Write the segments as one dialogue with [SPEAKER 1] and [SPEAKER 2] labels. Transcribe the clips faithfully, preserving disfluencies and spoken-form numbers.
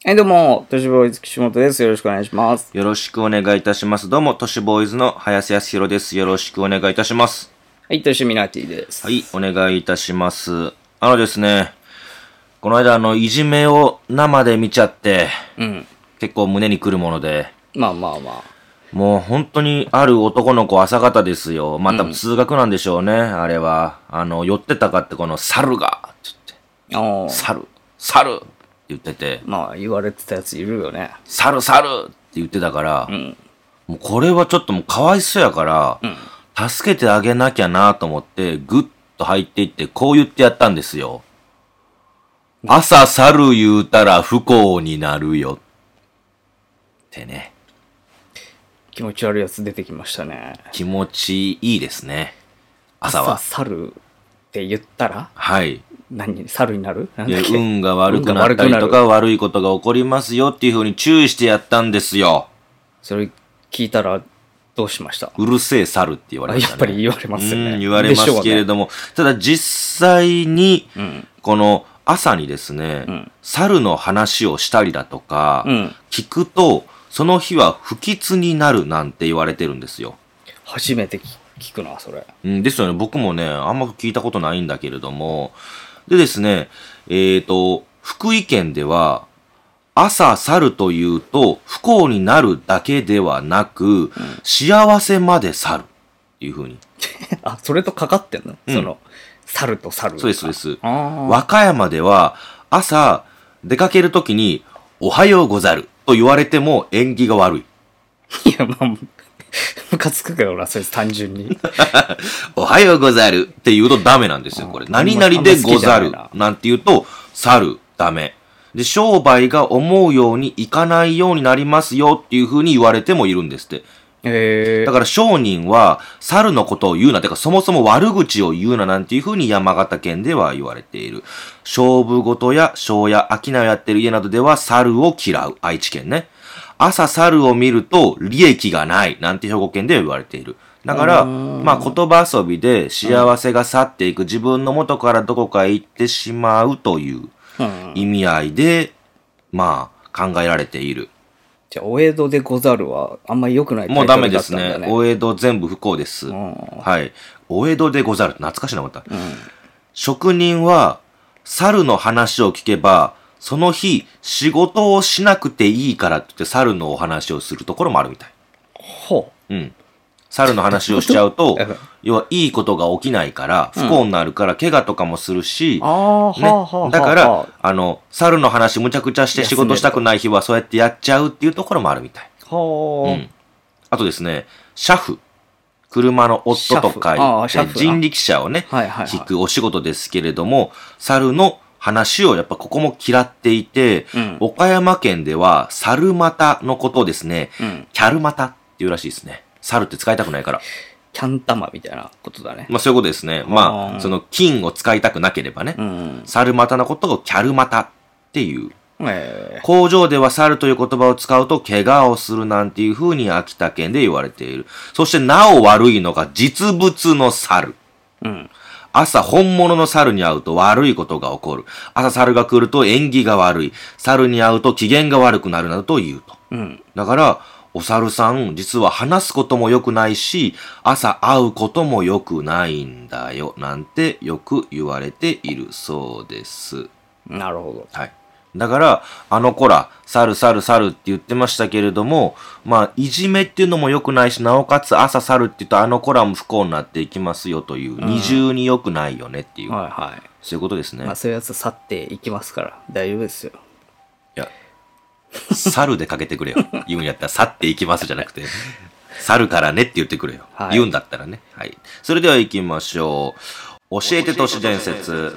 [SPEAKER 1] はい、どうも、都市ボーイズ岸本です。よろしくお願いします。
[SPEAKER 2] よろしくお願いいたします。どうも、都市ボーイズの林康弘です。よろしくお願いいたします。
[SPEAKER 1] はい、都市ミナティです。
[SPEAKER 2] はい、お願いいたします。あのですね、この間、あの、いじめを生で見ちゃって、
[SPEAKER 1] うん。
[SPEAKER 2] 結構胸にくるもので、
[SPEAKER 1] まあまあまあ。
[SPEAKER 2] もう本当にある男の子朝方ですよ。まあ多分通学なんでしょうね、あれは。あの、寄ってたかってこの猿が、つって、
[SPEAKER 1] ああ。
[SPEAKER 2] 猿、猿って言ってて、
[SPEAKER 1] まあ、言われてたやついるよね。
[SPEAKER 2] 猿猿って言ってたから、
[SPEAKER 1] うん。
[SPEAKER 2] もうこれはちょっともうかわいそうやから、
[SPEAKER 1] うん。
[SPEAKER 2] 助けてあげなきゃなと思って、ぐっと入っていって、こう言ってやったんですよ。朝猿言うたら不幸になるよ。ってね。
[SPEAKER 1] 気持ち悪いやつ出てきましたね。
[SPEAKER 2] 気持ちいいですね。朝は。
[SPEAKER 1] 朝猿って言ったら
[SPEAKER 2] はい。
[SPEAKER 1] 何猿になるなん
[SPEAKER 2] いや、
[SPEAKER 1] だっけ
[SPEAKER 2] 運が悪くなったりとか悪いことが起こりますよっていう風に注意してやったんですよ。
[SPEAKER 1] それ聞いたらどうしました？
[SPEAKER 2] うるせえ猿って言われましたね。
[SPEAKER 1] やっぱり言われますよね。
[SPEAKER 2] うん、言われますけれども、ね、ただ実際に、うん、この朝にですね、うん、猿の話をしたりだとか、うん、聞くと、その日は不吉になるなんて言われてるんですよ。
[SPEAKER 1] 初めて聞くな、それ。
[SPEAKER 2] うん、ですよね。僕もね、あんま聞いたことないんだけれども、でですね、えっと、福井県では、朝去るというと、不幸になるだけではなく、うん、幸せまで去るっていう風に。
[SPEAKER 1] あ、それとかかってんの、うん、その、去ると去る。
[SPEAKER 2] そうです、そうです。和歌山では、朝、出かけるときに、おはようござると言われても縁起が悪い。
[SPEAKER 1] いや、まあ、ムカつくけどな、それ単純に。
[SPEAKER 2] おはようござるって言うとダメなんですよ、これ。何々でござるなんて言うと、去る、ダメ。で、商売が思うようにいかないようになりますよっていう風に言われてもいるんですって。
[SPEAKER 1] へー。
[SPEAKER 2] だから商人は、猿のことを言うな、てかそもそも悪口を言うななんていう風に山形県では言われている。勝負事や商や商いをやってる家などでは猿を嫌う。愛知県ね。朝猿を見ると利益がないなんて兵庫県では言われている。だから、まあ言葉遊びで幸せが去っていく、自分の元からどこかへ行ってしまうという意味合いで、まあ考えられている。
[SPEAKER 1] じゃあ、お江戸でござるはあんまり良くないタイトルだったんだね。
[SPEAKER 2] もうダメですね。お江戸全部不幸です。はい。お江戸でござるって懐かしいなかった。うん、職人は猿の話を聞けば、その日、仕事をしなくていいからって言って猿のお話をするところもあるみたい。
[SPEAKER 1] ほう。
[SPEAKER 2] うん。猿の話をしちゃうと、要はいいことが起きないから、不幸になるから、怪我とかもするし、
[SPEAKER 1] うんね、
[SPEAKER 2] だから、あの、猿の話むちゃくちゃして仕事したくない日はそうやってやっちゃうっていうところもあるみたい。
[SPEAKER 1] ほう。うん。
[SPEAKER 2] あとですね、車夫。車の夫と書いて、人力車をね、はいはいはい、引くお仕事ですけれども、猿の話をやっぱここも嫌っていて、うん、岡山県では、猿股のことをですね、うん、キャル股っていうらしいですね。猿って使いたくないから。
[SPEAKER 1] キャン玉みたいなことだね。
[SPEAKER 2] まあそういうことですね。まあ、その金を使いたくなければね、うん、猿股のことをキャル股っていう。えー、工場では猿という言葉を使うと怪我をするなんていう風に秋田県で言われている。そしてなお悪いのが実物の猿。うん、朝本物の猿に会うと悪いことが起こる。朝猿が来ると縁起が悪い。猿に会うと機嫌が悪くなるなどと言うと。うん、だから、お猿さん、実は話すことも良くないし、朝会うことも良くないんだよ。なんてよく言われているそうです。
[SPEAKER 1] なるほど。
[SPEAKER 2] はい。だから、あの子ら、猿猿猿って言ってましたけれども、まあ、いじめっていうのも良くないし、なおかつ朝猿って言うとあの子らも不幸になっていきますよという、うん、二重に良くないよねっていう。はいはい。そういうことですね。
[SPEAKER 1] まあ、そういうやつ去っていきますから、大丈夫ですよ。
[SPEAKER 2] いや、猿でかけてくれよ。言うんやったら、去っていきますじゃなくて、猿からねって言ってくれよ。はい、言うんだったらね。はい。それでは行きましょう。教えて都市伝説。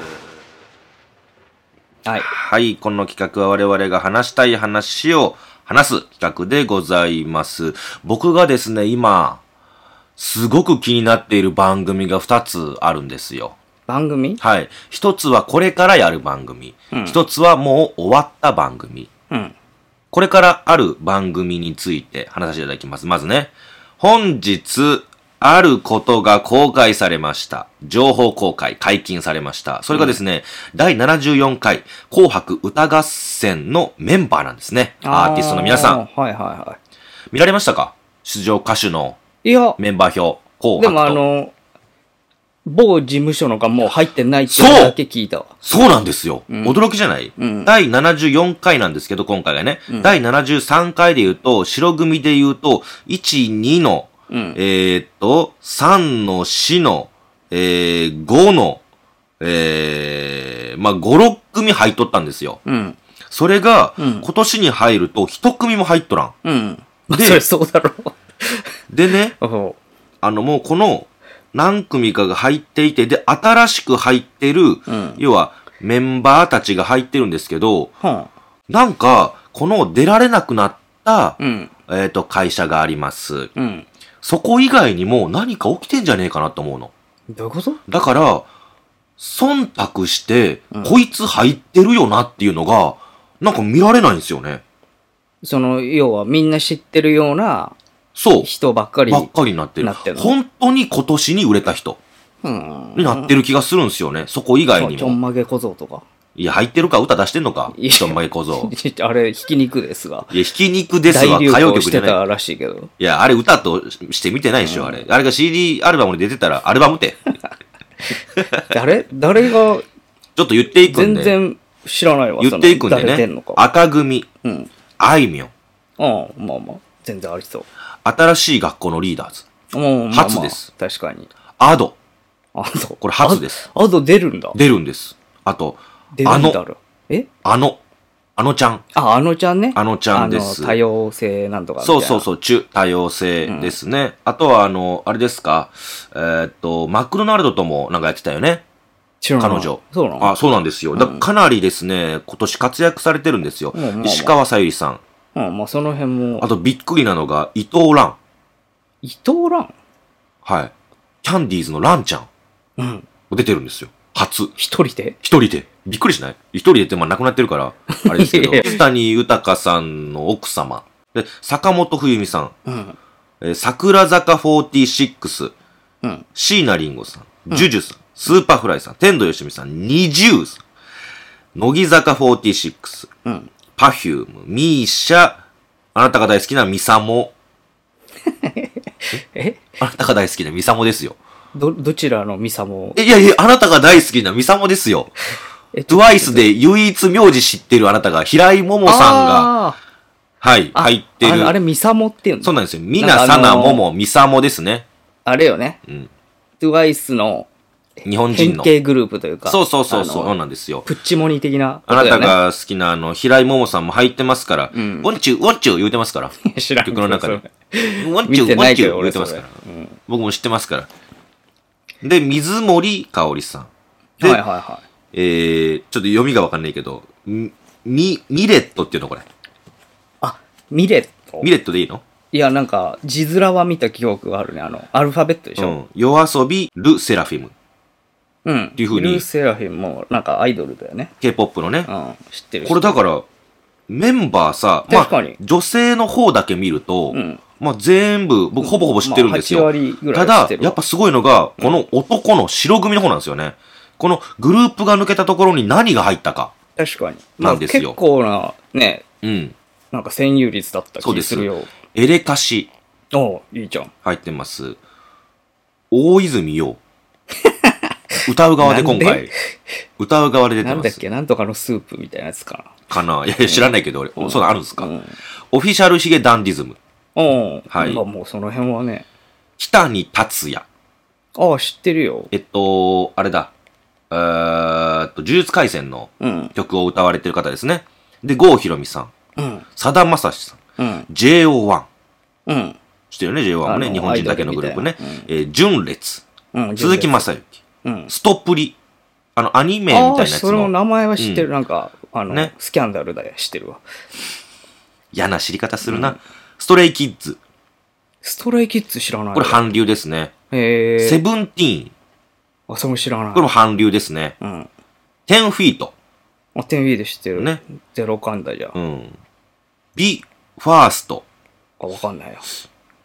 [SPEAKER 2] はい。はい。この企画は我々が話したい話を話す企画でございます。僕がですね、今、すごく気になっている番組がふたつあるんですよ。
[SPEAKER 1] 番組？
[SPEAKER 2] はい。ひとつはこれからやる番組。ひと、うん、つはもう終わった番組。うん。これからある番組について話させていただきます。まずね、本日あることが公開されました。情報公開、解禁されました。それがですね、うん、だいななじゅうよんかい紅白歌合戦のメンバーなんですね。アーティストの皆さん。
[SPEAKER 1] はいはいはい。
[SPEAKER 2] 見られましたか？出場歌手のメンバー表、紅白と。
[SPEAKER 1] でもあの、某事務所のがもう入ってないっていうだけ聞いたわ。
[SPEAKER 2] そうそうなんですよ。うん、驚きじゃない、うん、だいななじゅうよんかいなんですけど、今回がね。うん、だいななじゅうさんかいで言うと、白組で言うと、いち、にの、うん、えー、っと、さんのしの、えー、ごの、えー、まあ、ご、ろっくみ入っとったんですよ。うん、それが、うん、今年に入ると、いち組も入っとらん。
[SPEAKER 1] うん。で、それそうだろう。
[SPEAKER 2] でね、あの、もうこの、何組かが入っていて、で、新しく入ってる、うん、要は、メンバーたちが入ってるんですけど、うん、なんか、この出られなくなった、うん、えっと、会社があります。うん、そこ以外にも何か起きてんじゃねえかなと思うの。
[SPEAKER 1] どういうこと？
[SPEAKER 2] だから、忖度して、うん、こいつ入ってるよなっていうのが、なんか見られないんですよね。
[SPEAKER 1] その、要はみんな知ってるような、
[SPEAKER 2] そう。
[SPEAKER 1] 人ばっかり。
[SPEAKER 2] ばっかりになってる。ってる本当に今年に売れた人。になってる気がするんですよね。そこ以外にも。
[SPEAKER 1] ちょんまげ小僧とか。
[SPEAKER 2] いや、入ってるか歌出してんのかちょんまげ小僧。
[SPEAKER 1] あれ、ひき肉ですが。
[SPEAKER 2] いや、ひき肉ですわ。
[SPEAKER 1] 歌謡曲してたらしいけど。
[SPEAKER 2] いや、あれ歌として見てないでしょ、うん、あれ。あれが シーディー アルバムに出てたら、アルバムって。
[SPEAKER 1] 誰誰が。ちょ
[SPEAKER 2] っと言っていくんで。
[SPEAKER 1] 全然知らないわ。
[SPEAKER 2] 言っていくんでね。赤組。うん。あいみょん。
[SPEAKER 1] ああ、まあまあ。全然ありそう。
[SPEAKER 2] 新しい学校のリーダーズ。うん、初です。
[SPEAKER 1] まあまあ、確かに。
[SPEAKER 2] アド。
[SPEAKER 1] アド。
[SPEAKER 2] これ初です。
[SPEAKER 1] アド出るんだ。
[SPEAKER 2] 出るんです。あと、あの。えあの。あのちゃん。
[SPEAKER 1] あ、あのちゃんね。
[SPEAKER 2] あのちゃんです。
[SPEAKER 1] 多様性なんとか。
[SPEAKER 2] そうそうそう、中多様性ですね。うん、あとは、あの、あれですか。えー、っと、マクドナルドともなんかやってたよね。彼女。
[SPEAKER 1] そうなの？
[SPEAKER 2] あ、そうなんですよ。だかなりですね、今年活躍されてるんですよ。うんまあまあ、石川さゆりさん。
[SPEAKER 1] うん、まあその辺も。
[SPEAKER 2] あとびっくりなのが、伊藤蘭。
[SPEAKER 1] 伊藤蘭？
[SPEAKER 2] はい。キャンディーズの蘭ちゃん。うん。出てるんですよ。初。
[SPEAKER 1] 一人で
[SPEAKER 2] 一人で。びっくりしない？一人でってまあ亡くなってるから、あれですけど。水谷豊さんの奥様。で、坂本冬美さん。うん。えー、桜坂フォーティーシックス。うん。椎名林檎さん。ジュジュさん。スーパーフライさん。天童よしみさん。ニジューさん。乃木坂フォーティーシックス。うん。パフューム、ミーシャ、あなたが大好きなミサモ。えあなたが大好きなミサモですよ。
[SPEAKER 1] ど、どちらのミサモ？
[SPEAKER 2] いやいや、あなたが大好きなミサモですよ。トゥワイスで唯一名字知ってるあなたが、平井桃さんが、はい、入ってる。
[SPEAKER 1] あれ、ミサモっていうの？
[SPEAKER 2] そうなんですよ。ミナ、サナ、モモ、ミサモですね。
[SPEAKER 1] あれよね。うん。トゥワイスの、
[SPEAKER 2] 日本人の。
[SPEAKER 1] 変形グループというか。
[SPEAKER 2] そうそうそうそう、そうなんですよ。
[SPEAKER 1] プッチモニ的な、ね。
[SPEAKER 2] あなたが好きなあの、平井桃さんも入ってますから、うん、ウォンチュー、ウォンチュー言うてますから。
[SPEAKER 1] 知らん
[SPEAKER 2] 曲の中で。ウォンチュー、ウォンチュー言うてますから。うん、僕も知ってますから。で、水森かおりさん。
[SPEAKER 1] はいはいはい。
[SPEAKER 2] えー、ちょっと読みがわかんないけど、み、ミレットっていうのこれ。
[SPEAKER 1] あ、ミレット
[SPEAKER 2] ミレットでいいの？
[SPEAKER 1] いや、なんか、字面は見た記憶があるね。あの、アルファベットでしょ。うん。
[SPEAKER 2] 夜遊び、ル・セラフィム。
[SPEAKER 1] うん。
[SPEAKER 2] っていう風に。
[SPEAKER 1] ル・セラフィムも、なんかアイドルだよね。
[SPEAKER 2] K-ポップ のね。
[SPEAKER 1] うん。知ってる。
[SPEAKER 2] これだから、メンバーさ、
[SPEAKER 1] 確かに。
[SPEAKER 2] まあ、女性の方だけ見ると、うん、まあ全部、僕ほぼほぼ知ってるんですよ。
[SPEAKER 1] まあ、はち割ぐらい知ってるわ。
[SPEAKER 2] ただ、やっぱすごいのが、この男の白組の方なんですよね。このグループが抜けたところに何が入ったか。
[SPEAKER 1] 確かに。
[SPEAKER 2] なんですよ。
[SPEAKER 1] まあ、結構な、ね。うん。なんか占有率だった気がするよ。
[SPEAKER 2] エレカシ。
[SPEAKER 1] おう、いいじゃん。
[SPEAKER 2] 入ってます。大泉洋。歌う側で今回。歌う側で出てます。
[SPEAKER 1] なんだっけ、なんとかのスープみたいなやつかな。
[SPEAKER 2] かな。いやいや、知らないけど、俺、うん、そういうのあるんですか、うん、オフィシャルヒゲダンディズム。
[SPEAKER 1] おはい。まあもうその辺はね。
[SPEAKER 2] 北に達也。
[SPEAKER 1] ああ、知ってるよ。
[SPEAKER 2] えっと、あれだ。えーっと、呪術廻戦の曲を歌われてる方ですね。で、郷ひろみさん。うん。さだまさしさん。うん。ジェイオーワン。うん。知ってるよね、ジェイオーワン もね。日本人だけのグループね。うん、えー、純烈。うん。鈴木雅之。うん。ストップリ。あの、アニメみたいなやつの。
[SPEAKER 1] その名前は知ってる。うん、なんか、あの、ね、スキャンダルだよ、知ってるわ。
[SPEAKER 2] 嫌な知り方するな。うん、ストレイキッズ。
[SPEAKER 1] ストレイキッズ知らない。
[SPEAKER 2] これ韓流ですね。
[SPEAKER 1] へー。
[SPEAKER 2] セブンティーン。
[SPEAKER 1] あ、それも知らない。
[SPEAKER 2] これも韓流ですね。うん。テンフィート。
[SPEAKER 1] あ、テンフィート知ってる。ね。ゼロカンダじゃん。
[SPEAKER 2] うん。ビファースト。
[SPEAKER 1] あ、わかんないよ。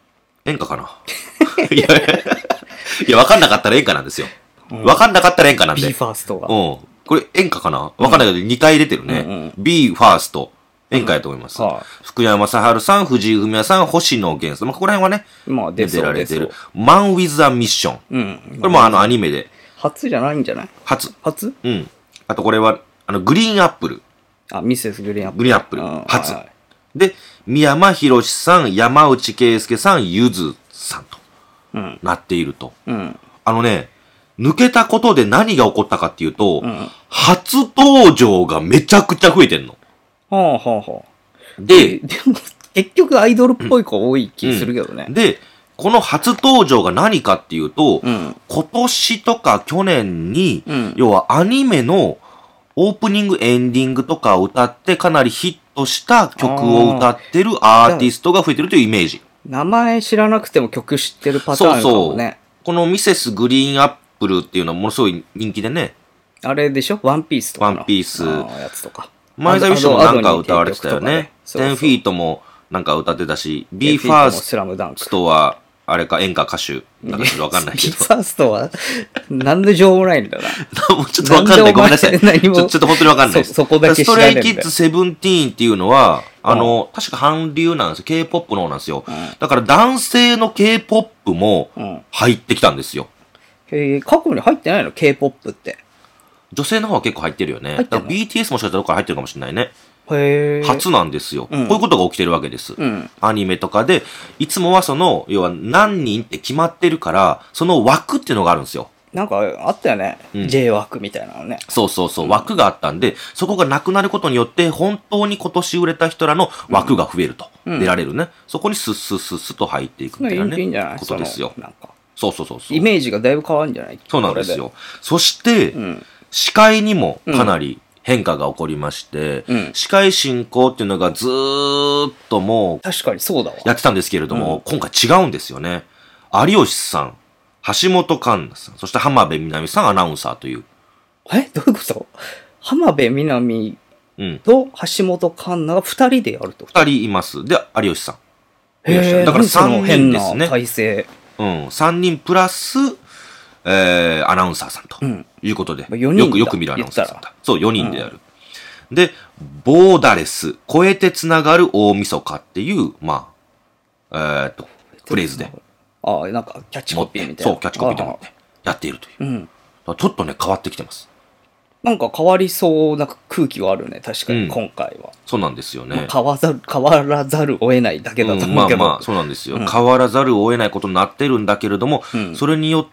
[SPEAKER 2] 演歌かないや、いや、わかんなかったら演歌なんですよ。わ、うん、かんなかったら演歌なんで。
[SPEAKER 1] ビーファーストが。
[SPEAKER 2] うん。これ演歌かなわかんないけどにかい出てるね。うんうん、ビーファースト。演歌やと思います。うんはあ、福山雅治さん、藤井フミヤさん、星野源さん。まあ、ここら辺はね、まあ、出てられてる。マン・ウィズ・ア・ミッション。うん。これもあのアニメで。
[SPEAKER 1] 初じゃないんじゃない
[SPEAKER 2] 初。
[SPEAKER 1] 初
[SPEAKER 2] うん。あとこれは、あの、グリーンアップル。
[SPEAKER 1] あ、ミセスグリーンアップル。
[SPEAKER 2] グリーンアップル。初。はいはい、で、宮山博さん、山内圭介さん、ゆずさんと、うん、なっていると。うん。あのね、抜けたことで何が起こったかっていうと、うん、初登場がめちゃくちゃ増えてんの。
[SPEAKER 1] はあはあはあ。
[SPEAKER 2] で、
[SPEAKER 1] でも結局アイドルっぽい子多い気するけどね。
[SPEAKER 2] うんうん、で、この初登場が何かっていうと、うん、今年とか去年に、うん、要はアニメのオープニングエンディングとかを歌ってかなりヒットした曲を歌ってるアーティストが増えてるというイメージ。
[SPEAKER 1] 名前知らなくても曲知ってるパターンかもね。そうそう。
[SPEAKER 2] このミセスグリーンアップルっていうのはものすごい人気でね。
[SPEAKER 1] あれでしょワンピースとかの。
[SPEAKER 2] ワンピース。
[SPEAKER 1] やつとか。
[SPEAKER 2] 前澤美少もなんか歌われてたよね。テンフィートもなんか歌ってたし、ビーファーストは、あれか演歌歌手。なんかちょっとわかんないけど。
[SPEAKER 1] ビーファーストは、なんで情もないんだな。
[SPEAKER 2] もうちょっとわかんない。ごめんなさい。ちょちょっと本当にわかんないです。
[SPEAKER 1] そこだけ
[SPEAKER 2] ストレイキッズセブンティーンっていうのは、あの、確か韓流なんですよ。K-ポップ の方なんですよ。だから男性の K-ポップ も入ってきたんですよ。
[SPEAKER 1] へえ、過去に入ってないの K-ポップ って。
[SPEAKER 2] 女性の方は結構入ってるよね。だから ビーティーエス もしかしたらどっから入ってるかもしれないね。
[SPEAKER 1] へ
[SPEAKER 2] 初なんですよ、うん。こういうことが起きてるわけです、うん。アニメとかで、いつもはその、要は何人って決まってるから、その枠っていうのがあるんですよ。
[SPEAKER 1] なんかあったよね。うん、J 枠みたいなのね。
[SPEAKER 2] そうそうそう、枠があったんで、そこがなくなることによって、本当に今年売れた人らの枠が増えると。うん、出られるね。そこにスッスッスッスッと入っていくみたいなね。
[SPEAKER 1] いいんじゃない
[SPEAKER 2] ことですよ。
[SPEAKER 1] なんか
[SPEAKER 2] そうそうそうそう。
[SPEAKER 1] イメージがだいぶ変わるんじゃない
[SPEAKER 2] そうなんですよ。そして、うん、司会にもかなり、変化が起こりまして、うん、司会進行っていうのがずーっともう、
[SPEAKER 1] 確かにそうだわ。
[SPEAKER 2] やってたんですけれども、うん、今回違うんですよね。有吉さん、橋本環奈さん、そして浜辺美波さんアナウンサーという。
[SPEAKER 1] えどういうこと浜辺美波と橋本環奈が二人でやるってこと、
[SPEAKER 2] 二人います。で、有吉さん。
[SPEAKER 1] へー、
[SPEAKER 2] だから三人ですね。
[SPEAKER 1] 体制。
[SPEAKER 2] うん、三人プラス、えー、アナウンサーさんということで、うん、
[SPEAKER 1] よ
[SPEAKER 2] くよく見るアナウンサーさんだ。そう、よにんでやる。うん、で、ボーダレス、超えてつながる大晦日っていう、まあ、えー、っと、フレーズで。
[SPEAKER 1] ああ、なんかキャッチコピーみたいな。
[SPEAKER 2] そう、キャッチコピーで持ってやっているという。うん、ちょっとね、変わってきてます。
[SPEAKER 1] なんか変わりそうな空気はあるね、確かに、今回は。
[SPEAKER 2] そうなんですよね。
[SPEAKER 1] まあ、変わざる、変わらざるを得ないだけだと思うけど。
[SPEAKER 2] うん、まあまあ、そうなんですよ、うん。変わらざるを得ないことになってるんだけれども、うん、それによって、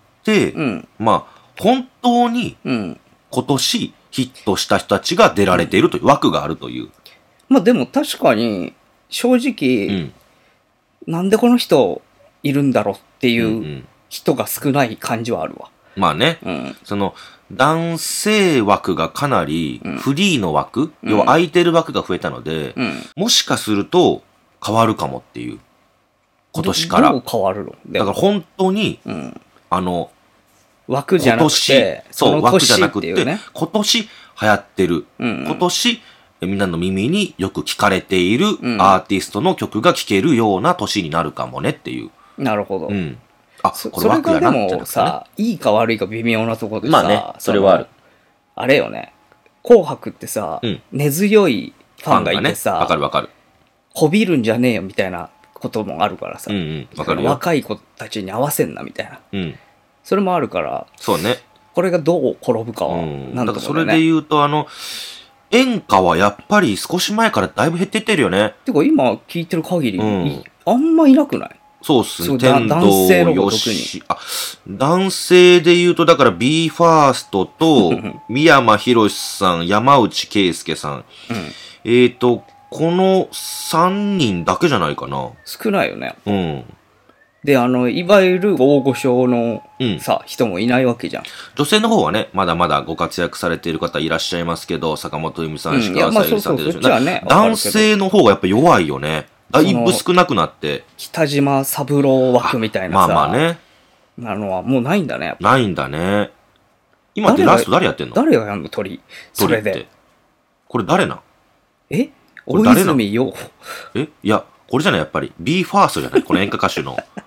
[SPEAKER 2] うん、まあ、本当に、今年ヒットした人たちが出られているという枠があるという。
[SPEAKER 1] まあでも確かに、正直、うん、なんでこの人いるんだろうっていう人が少ない感じはあるわ。
[SPEAKER 2] まあね、うん、その、男性枠がかなりフリーの枠、うん、要は空いてる枠が増えたので、うん、もしかすると変わるかもっていう。今年から。
[SPEAKER 1] どう変わるの？
[SPEAKER 2] だから本当に、うん、あの、
[SPEAKER 1] 枠じゃなくて、
[SPEAKER 2] そう、枠じゃなくて、今年流行ってる、うんうん、今年みんなの耳によく聞かれているアーティストの曲が聴けるような年になるかもねっていう。
[SPEAKER 1] なるほど。
[SPEAKER 2] うん。あ、
[SPEAKER 1] これ枠やな。それがでもさ、いいか悪いか微妙なところでさ、
[SPEAKER 2] まあね、それはある。
[SPEAKER 1] あれよね。紅白ってさ、うん、根強いファンがいてさ、
[SPEAKER 2] わ、ね、かるわかる。
[SPEAKER 1] こびるんじゃねえよみたいなこともあるからさ、
[SPEAKER 2] うんうん、わかるよ。
[SPEAKER 1] 若い子たちに合わせんなみたいな。
[SPEAKER 2] うん。
[SPEAKER 1] それもあるから、
[SPEAKER 2] そうね。
[SPEAKER 1] これがどう転ぶかは、
[SPEAKER 2] なんだかそれで言うと、あの、演歌はやっぱり少し前からだいぶ減ってってるよね。
[SPEAKER 1] てか今聞いてる限り、うん、あんまいなくない？
[SPEAKER 2] そうっすね。天童よし、あ、男性で言うと、だから ビーファーストと、三山ひろしさん、山内圭介さん。うん、えっと、このさんにんだけじゃないかな。
[SPEAKER 1] 少ないよね。
[SPEAKER 2] うん。
[SPEAKER 1] で、あの、いわゆる大御所のさ、うん、人もいないわけじゃん。
[SPEAKER 2] 女性の方はね、まだまだご活躍されている方いらっしゃいますけど、坂本由美さん、石川さゆりさんってでしょ。男性の方がやっぱ弱いよね。だいぶ少なくなって。
[SPEAKER 1] 北島三郎枠みたいなさ。
[SPEAKER 2] まあまあね。
[SPEAKER 1] なのはもうないんだね。
[SPEAKER 2] ないんだね。今ってラスト誰やってんの？
[SPEAKER 1] 誰がやんの？鳥。それで。
[SPEAKER 2] これ誰なん？
[SPEAKER 1] え？大泉洋。
[SPEAKER 2] え？いや、これじゃない、やっぱり。ビーファーストじゃない？この演歌歌手の。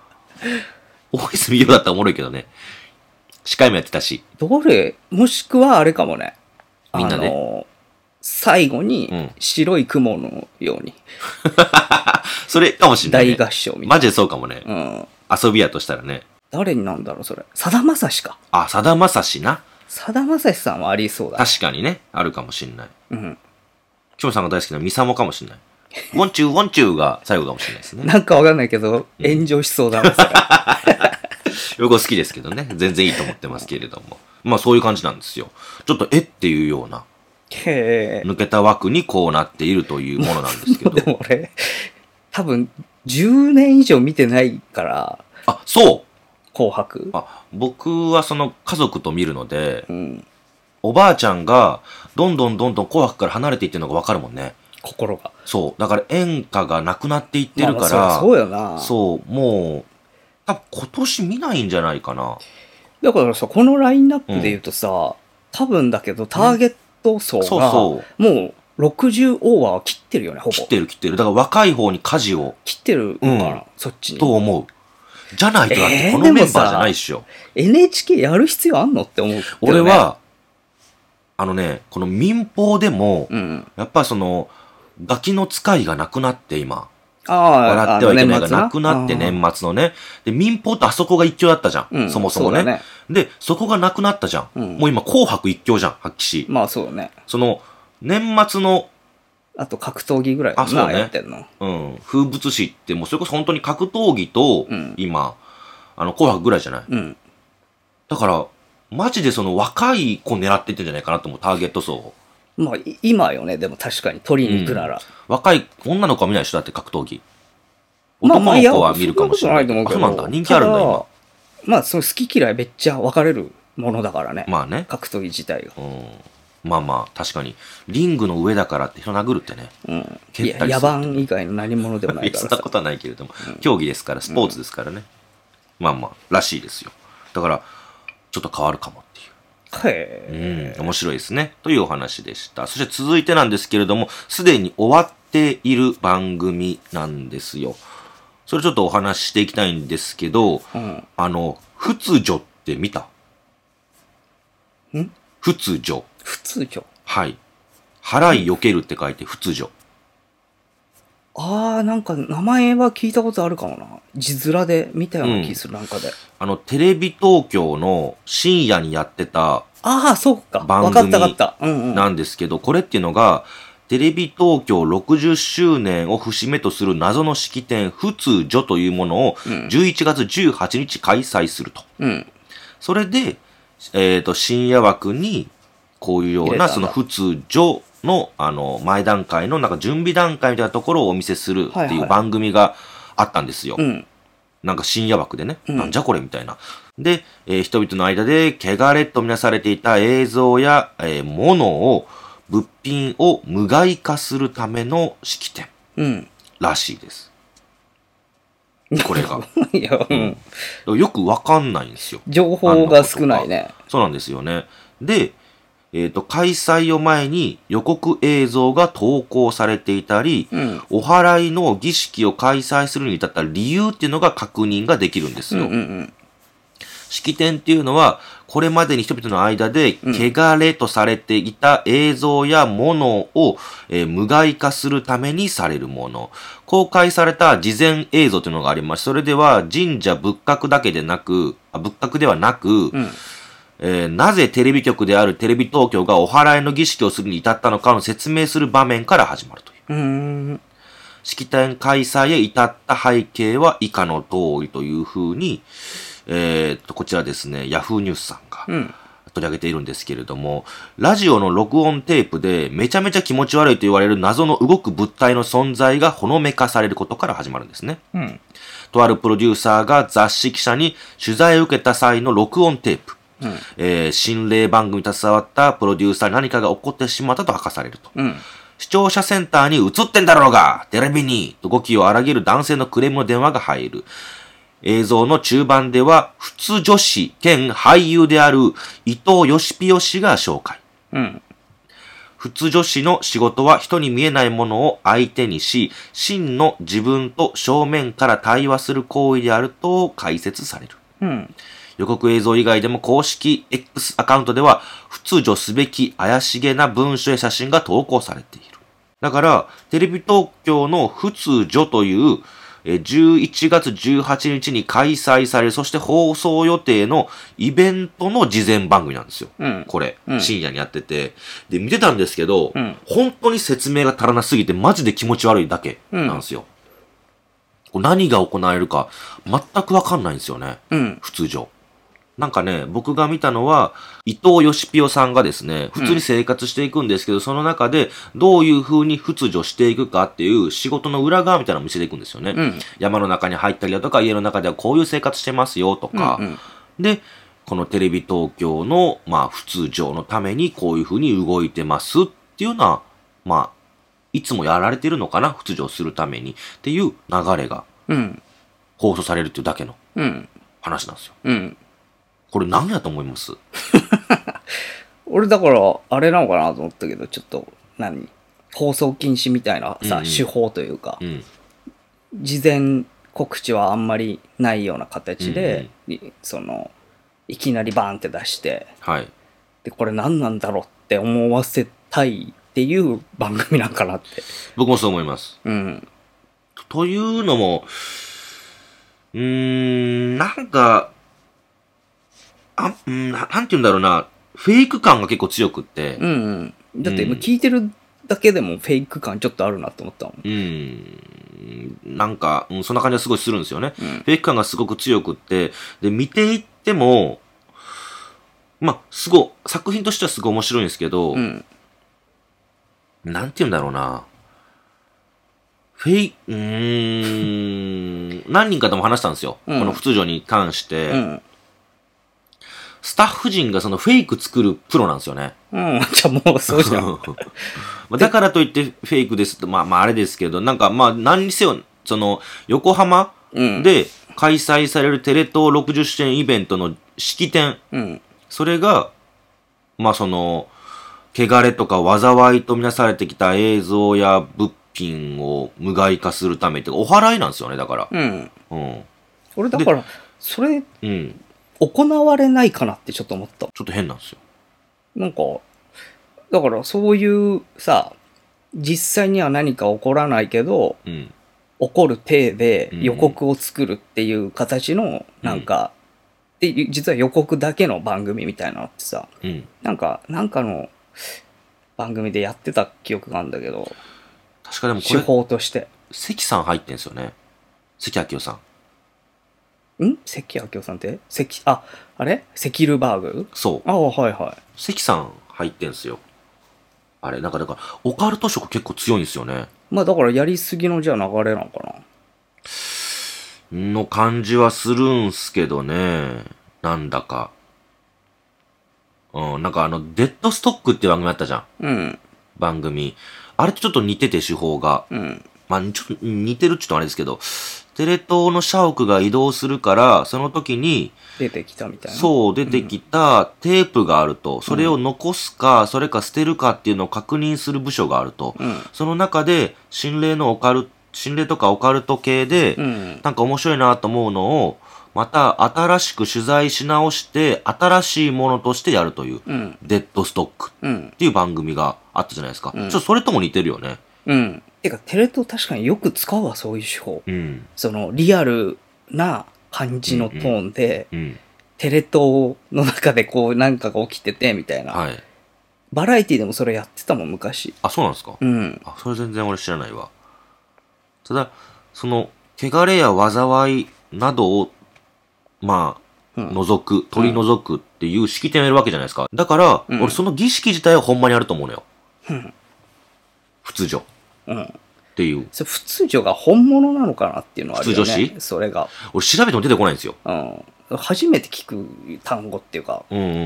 [SPEAKER 2] 大泉洋だったらおもろいけどね。司会もやってたし。
[SPEAKER 1] どれもしくはあれかもね。
[SPEAKER 2] みんなで。
[SPEAKER 1] あの、最後に白い雲のように。
[SPEAKER 2] うん、それかもしれない、ね。
[SPEAKER 1] 大合唱みたいな。
[SPEAKER 2] マジでそうかもね。
[SPEAKER 1] うん。
[SPEAKER 2] 遊びやとしたらね。
[SPEAKER 1] 誰になんだろう、それ。さだまさしか。
[SPEAKER 2] あ、さだまさしな。
[SPEAKER 1] さだまさしさんはありそうだ、ね。
[SPEAKER 2] 確かにね。あるかもしれない。
[SPEAKER 1] うん。
[SPEAKER 2] きょうさんが大好きなミサモかもしれない。ウォンチューウォンチューが最後かもしれないですね。
[SPEAKER 1] なんかわかんないけど、炎上しそうだな、それ。
[SPEAKER 2] 僕好きですけどね。全然いいと思ってますけれども。まあそういう感じなんですよ。ちょっとえっていうような。
[SPEAKER 1] へ
[SPEAKER 2] 抜けた枠にこうなっているというものなんですけど。
[SPEAKER 1] でも俺、多分じゅうねん以上見てないから。
[SPEAKER 2] あ、そう
[SPEAKER 1] 紅白。
[SPEAKER 2] あ、僕はその家族と見るので、
[SPEAKER 1] うん、
[SPEAKER 2] おばあちゃんがどんどんどんどん紅白から離れていってるのがわかるもんね。
[SPEAKER 1] 心が。
[SPEAKER 2] そう。だから演歌がなくなっていってるから、
[SPEAKER 1] まあ、そうよな。
[SPEAKER 2] そう、もう、多分今年見ないんじゃないかな。
[SPEAKER 1] だからさ、このラインナップで言うとさ、うん、多分だけどターゲット層が、そうそうもうろくじゅうオーバーは切ってるよね、ほぼ。
[SPEAKER 2] 切ってる切ってる。だから若い方に舵を。
[SPEAKER 1] 切ってるのかな、うん、そっちに。
[SPEAKER 2] と思う。じゃないとだってこのメンバーじゃないっしょ。
[SPEAKER 1] えー、エヌエイチケー やる必要あんのって思う、ね。
[SPEAKER 2] 俺は、あのね、この民放でも、
[SPEAKER 1] うん、
[SPEAKER 2] やっぱその、ガキの使いがなくなって今。
[SPEAKER 1] ああ、
[SPEAKER 2] 笑ってはいけないがなくなって年末のね。で、民放ってあそこが一強だったじゃん。うん、そもそも ね, ね。で、そこがなくなったじゃん。うん、もう今紅白一強じゃん、発揮し。
[SPEAKER 1] まあそうだね。
[SPEAKER 2] その、年末の、
[SPEAKER 1] あと格闘技ぐらいかな、
[SPEAKER 2] あ、そうね、
[SPEAKER 1] やってんの。
[SPEAKER 2] うん。風物詩ってもうそれこそ本当に格闘技と、うん、今、あの、紅白ぐらいじゃない。
[SPEAKER 1] うん。
[SPEAKER 2] だから、マジでその若い子狙っていってんじゃないかなと思う、ターゲット層。
[SPEAKER 1] まあ、今よね、でも確かに取りに行くなら。
[SPEAKER 2] うん、若い女の子は見ない人だって格闘技。男の子は見るかもしれない。まあ、まあ、そうなんだ。人気あるんだ、今。
[SPEAKER 1] まあ、その好き嫌いめっちゃ分かれるものだからね。
[SPEAKER 2] まあね。
[SPEAKER 1] 格闘技自体が。
[SPEAKER 2] うん。まあまあ、確かに。リングの上だからって人殴るってね。
[SPEAKER 1] うん。いや、野蛮以外の何者でもないからさ。
[SPEAKER 2] そんなことはないけれども。うん、競技ですから、スポーツですからね。うん、まあまあ、らしいですよ。だから、ちょっと変わるかもっていう。
[SPEAKER 1] へ
[SPEAKER 2] え。うん、面白いですね。というお話でした。そして続いてなんですけれども、すでに終わっている番組なんですよ。それちょっとお話ししていきたいんですけど、
[SPEAKER 1] うん、
[SPEAKER 2] あの、仏女って見た？
[SPEAKER 1] ん？
[SPEAKER 2] 仏女。
[SPEAKER 1] 仏女？
[SPEAKER 2] はい。払い避けるって書いて仏女。
[SPEAKER 1] あー、なんか名前は聞いたことあるかもな。字面で見たような気する、うん、なんかで。
[SPEAKER 2] あの、テレビ東京の深夜にやってた、
[SPEAKER 1] ああ、そうか。
[SPEAKER 2] 番組なんですけど、これっていうのが、テレビ東京ろくじゅっしゅうねんを節目とする謎の式典、仏女というものをじゅういちがつじゅうはちにち開催すると。
[SPEAKER 1] うん、
[SPEAKER 2] それで、えっと、深夜枠に、こういうような、その仏女の、あの、前段階の、なんか準備段階みたいなところをお見せするっていう番組があったんですよ。
[SPEAKER 1] はいはい、うん、
[SPEAKER 2] なんか深夜枠でね、うん、なんじゃこれみたいな。で、えー、人々の間で、汚れとみなされていた映像や、えー、物を、物品を無害化するための式典、
[SPEAKER 1] うん、
[SPEAKER 2] らしいです。これが。
[SPEAKER 1] いや、
[SPEAKER 2] うん、よくわかんないんですよ。
[SPEAKER 1] 情報が少ないね。
[SPEAKER 2] そうなんですよね。で、えっと、開催を前に予告映像が投稿されていたり、
[SPEAKER 1] うん、
[SPEAKER 2] お祓いの儀式を開催するに至った理由っていうのが確認ができるんですよ。
[SPEAKER 1] うんうんうん、
[SPEAKER 2] 式典っていうのは、これまでに人々の間で、汚れとされていた映像やものを、えー、無害化するためにされるもの。公開された事前映像というのがあります。それでは、神社仏閣だけでなく、あ仏閣ではなく、
[SPEAKER 1] うん
[SPEAKER 2] えー、なぜテレビ局であるテレビ東京がお祓いの儀式をするに至ったのかの説明する場面から始まるという。
[SPEAKER 1] うーん
[SPEAKER 2] 式典開催へ至った背景は以下の通りというふうに、えー、っと、こちらですね、ヤフーニュースさんが取り上げているんですけれども、うん、ラジオの録音テープでめちゃめちゃ気持ち悪いと言われる謎の動く物体の存在がほのめかされることから始まるんですね。
[SPEAKER 1] うん、
[SPEAKER 2] とあるプロデューサーが雑誌記者に取材を受けた際の録音テープ。
[SPEAKER 1] うん
[SPEAKER 2] えー、心霊番組に携わったプロデューサーに何かが起こってしまったと明かされると。
[SPEAKER 1] うん、
[SPEAKER 2] 視聴者センターに映ってんだろうがテレビにと語気を荒げる男性のクレームの電話が入る。映像の中盤では、仏女子兼俳優である伊藤義清氏が紹介。
[SPEAKER 1] うん、
[SPEAKER 2] 仏助士の仕事は人に見えないものを相手にし、真の自分と正面から対話する行為であると解説される。
[SPEAKER 1] うん、
[SPEAKER 2] 予告映像以外でも公式 X アカウントでは、仏助すべき怪しげな文書や写真が投稿されている。だから、テレビ東京の仏助という、じゅういちがつじゅうはちにちに開催される、そして放送予定のイベントの事前番組なんですよ。
[SPEAKER 1] うん、
[SPEAKER 2] これ、
[SPEAKER 1] うん、
[SPEAKER 2] 深夜にやってて。で、見てたんですけど、
[SPEAKER 1] うん、
[SPEAKER 2] 本当に説明が足らなすぎて、マジで気持ち悪いだけなんですよ。うん、何が行われるか、全くわかんないんですよね。
[SPEAKER 1] うん、
[SPEAKER 2] 仏助。なんかね、僕が見たのは、伊藤義清さんがですね、普通に生活していくんですけど、うん、その中で、どういう風に仏助していくかっていう仕事の裏側みたいなのを見せていくんですよね。うん、山の中に入ったりだとか、家の中ではこういう生活してますよとか、うんうん、で、このテレビ東京の、まあ、仏助のためにこういう風に動いてますっていうような、まあ、いつもやられてるのかな、仏助をするためにっていう流れが、放送されるっていうだけの話なんですよ。
[SPEAKER 1] うんうん
[SPEAKER 2] これ何やと思います
[SPEAKER 1] 俺だからあれなのかなと思ったけどちょっと何放送禁止みたいなさ、うんうん、手法というか、うん、事前告知はあんまりないような形で、うんうん、そのいきなりバーンって出して、
[SPEAKER 2] はい、
[SPEAKER 1] でこれ何なんだろうって思わせたいっていう番組なんかなって
[SPEAKER 2] 僕もそう思います、
[SPEAKER 1] うん、
[SPEAKER 2] というのもうーんなんかあ、うん、なんて言うんだろうな、フェイク感が結構強くって。
[SPEAKER 1] うん、うん。だって聞いてるだけでもフェイク感ちょっとあるなと思ったもん。
[SPEAKER 2] うん。なんか、うん、そんな感じがすごいするんですよね。うん、フェイク感がすごく強くって、で、見ていっても、まあ、すごい、作品としてはすごい面白いんですけど、うん、なんて言うんだろうな。フェイ、うーん、何人かとも話したんですよ。うん、この仏助に関して。うんスタッフ陣がそのフェイク作るプロなんですよね。
[SPEAKER 1] うん、じゃあもうそうじゃん。
[SPEAKER 2] だからといってフェイクですと、まあまああれですけど、なんかまあ何にせよ、その横浜で開催されるテレ東ろくじゅっしゅうねんイベントの式典、うん、それが、まあその、汚れとか災いとみなされてきた映像や物品を無害化するためって、お祓いなんですよね、だから。
[SPEAKER 1] うん。うん。俺だから、それ、うん。行われないかなってちょっと思った。
[SPEAKER 2] ちょっと変なんですよ。
[SPEAKER 1] なんか、だからそういうさ、実際には何か起こらないけど、うん、起こる体で予告を作るっていう形の、うん、なんか、で実は予告だけの番組みたいなのってさ、うん、なんか、なんかの番組でやってた記憶があるんだけど、
[SPEAKER 2] 確かでもこれ、
[SPEAKER 1] 手法として。
[SPEAKER 2] 関さん入ってんすよね。関明夫さん。
[SPEAKER 1] ん関明夫さんって関、あ、あれセキルバーグ
[SPEAKER 2] そう。
[SPEAKER 1] ああ、はいはい。
[SPEAKER 2] 関さん入ってんすよ。あれ、なんかだから、オカルト色結構強いんですよね。
[SPEAKER 1] まあだからやりすぎのじゃあ流れなのか
[SPEAKER 2] なの感じはするんすけどね。なんだか。うん、なんかあの、デッドストックっていう番組あったじゃん。
[SPEAKER 1] うん。
[SPEAKER 2] 番組。あれとちょっと似てて手法が。うん。まあ、ちょっと似てるっちゅうとあれですけど、テレ東の社屋が移動するから、その時に、
[SPEAKER 1] 出てきたみたいな。
[SPEAKER 2] そう、出てきたテープがあると、それを残すか、それか捨てるかっていうのを確認する部署があると、うん、その中で、心霊のオカル、心霊とかオカルト系で、うん、なんか面白いなと思うのを、また新しく取材し直して、新しいものとしてやるという、うん、デッドストックっていう番組があったじゃないですか。うん、ちょっとそれとも似てるよね。
[SPEAKER 1] うん。てか、テレ東確かによく使うわ、そういう手法。うん、その、リアルな感じのトーンで、うんうん、テレ東の中でこう、なんかが起きてて、みたいな、はい。バラエティでもそれやってたもん、昔。
[SPEAKER 2] あ、そうなんですか？
[SPEAKER 1] うん。
[SPEAKER 2] あ、それ全然俺知らないわ。ただ、その、汚れや災いなどを、まあ、うん、除く、取り除くっていう式典をやるわけじゃないですか。だから、うん、俺その儀式自体はほんまにあると思うのよ。うん。仏助。うん。っていう。
[SPEAKER 1] それ、仏助が本物なのかなっていうのはあるよね。
[SPEAKER 2] 仏助師
[SPEAKER 1] それが。
[SPEAKER 2] 俺調べても出てこないんですよ。
[SPEAKER 1] うん。初めて聞く単語っていうか。
[SPEAKER 2] うんうんうん。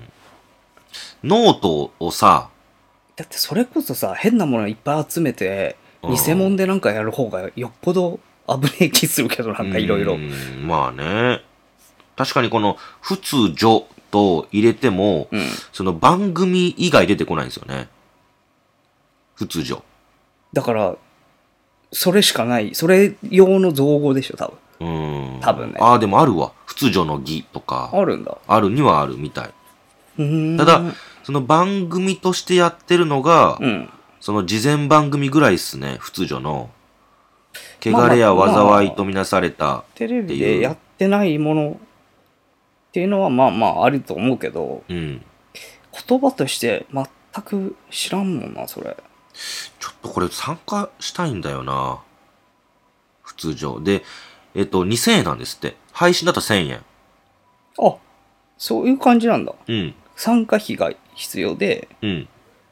[SPEAKER 2] ノートをさ、
[SPEAKER 1] だってそれこそさ、変なものいっぱい集めて、偽物でなんかやる方がよっぽど危ねえ気するけど、なんかいろいろ。
[SPEAKER 2] まあね。確かにこの、仏助と入れても、うん、その番組以外出てこないんですよね。 仏女。
[SPEAKER 1] だから、それしかない。それ用の造語でしょ、多分。
[SPEAKER 2] うん。
[SPEAKER 1] 多分ね。
[SPEAKER 2] ああ、でもあるわ。仏女の儀とか。
[SPEAKER 1] あるんだ。
[SPEAKER 2] あるにはあるみたい。
[SPEAKER 1] うん
[SPEAKER 2] ただ、その番組としてやってるのが、うん、その事前番組ぐらいっすね、仏女の。汚れや災いとみなされた、まあまあ、
[SPEAKER 1] テレビでやってないものっていうのはまあまああると思うけど、
[SPEAKER 2] うん、
[SPEAKER 1] 言葉として全く知らんもんな、それ。
[SPEAKER 2] ちょっとこれ参加したいんだよな。仏女。で、えっと、にせんえんなんですって。配信だとせんえん。
[SPEAKER 1] あ、そういう感じなんだ。
[SPEAKER 2] うん。
[SPEAKER 1] 参加費が必要で、
[SPEAKER 2] うん。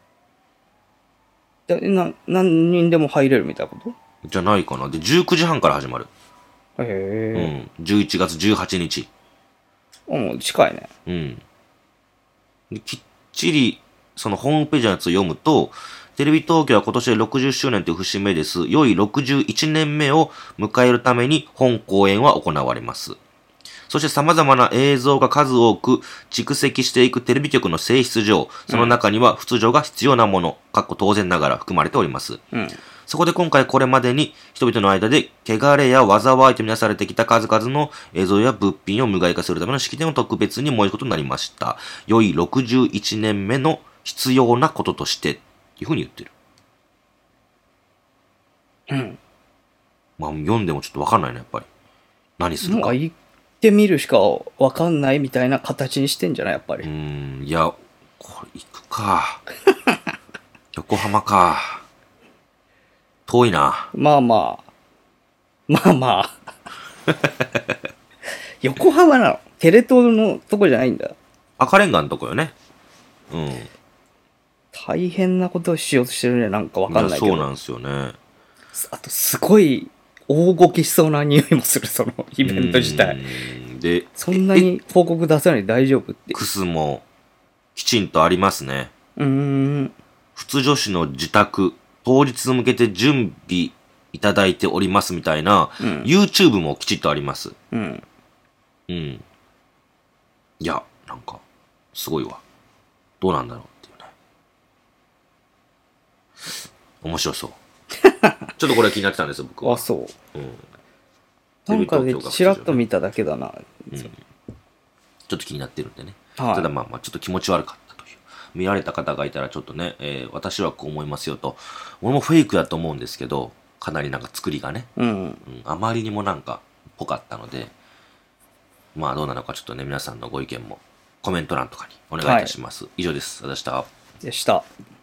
[SPEAKER 1] でな何人でも入れるみたいなこと
[SPEAKER 2] じゃないかな。で、じゅうくじはんから始まる。
[SPEAKER 1] へえ。
[SPEAKER 2] うん。じゅういちがつじゅうはちにち。
[SPEAKER 1] もう近いね。
[SPEAKER 2] うん。できっちり、そのホームページのやつを読むと、テレビ東京は今年でろくじゅっしゅうねんという節目です。良いろくじゅういちねんめを迎えるために本公演は行われます。そして様々な映像が数多く蓄積していくテレビ局の性質上、その中には仏女が必要なもの、かっこ当然ながら含まれております。
[SPEAKER 1] うん、
[SPEAKER 2] そこで今回これまでに人々の間で汚れや災いとみなされてきた数々の映像や物品を無害化するための式典を特別に設けることになりました。良いろくじゅういちねんめの必要なこととして、というふうに言ってる。
[SPEAKER 1] うん。
[SPEAKER 2] まあ読んでもちょっとわかんないね、やっぱり。何するか。
[SPEAKER 1] 行ってみるしかわかんないみたいな形にしてんじゃないやっぱり。
[SPEAKER 2] うーん、いや、これ行くか。横浜か。遠いな。
[SPEAKER 1] まあまあ。まあまあ。横浜なの？テレ東のとこじゃないんだ。
[SPEAKER 2] 赤レンガのとこよね。うん。
[SPEAKER 1] 大変なことをしようとしてるね。なんかわかんないけど。
[SPEAKER 2] そうなんですよね。
[SPEAKER 1] あと、すごい大ごきしそうな匂いもする、そのイベント自体。
[SPEAKER 2] で、
[SPEAKER 1] そんなに報告出さないで大丈夫って。
[SPEAKER 2] クスもきちんとありますね。
[SPEAKER 1] うーん。
[SPEAKER 2] 仏女子の自宅、当日に向けて準備いただいておりますみたいな、うん、YouTube もきちっとあります。
[SPEAKER 1] うん。
[SPEAKER 2] うん。いや、なんか、すごいわ。どうなんだろうっていうね。面白そう。ちょっとこれ気になってたんですよ、僕は。
[SPEAKER 1] あ、そう。
[SPEAKER 2] うん。
[SPEAKER 1] なんかでチラッと見ただけだな、
[SPEAKER 2] うん。ちょっと気になってるんでね。はい、ただまあまあ、ちょっと気持ち悪かったという。見られた方がいたらちょっとね、えー、私はこう思いますよと。俺もフェイクだと思うんですけど、かなりなんか作りがね。
[SPEAKER 1] うん。うん、
[SPEAKER 2] あまりにもなんか、ぽかったので、まあどうなのかちょっとね、皆さんのご意見もコメント欄とかにお願いいたします。はい、以上です。ありがとうございました。
[SPEAKER 1] でした。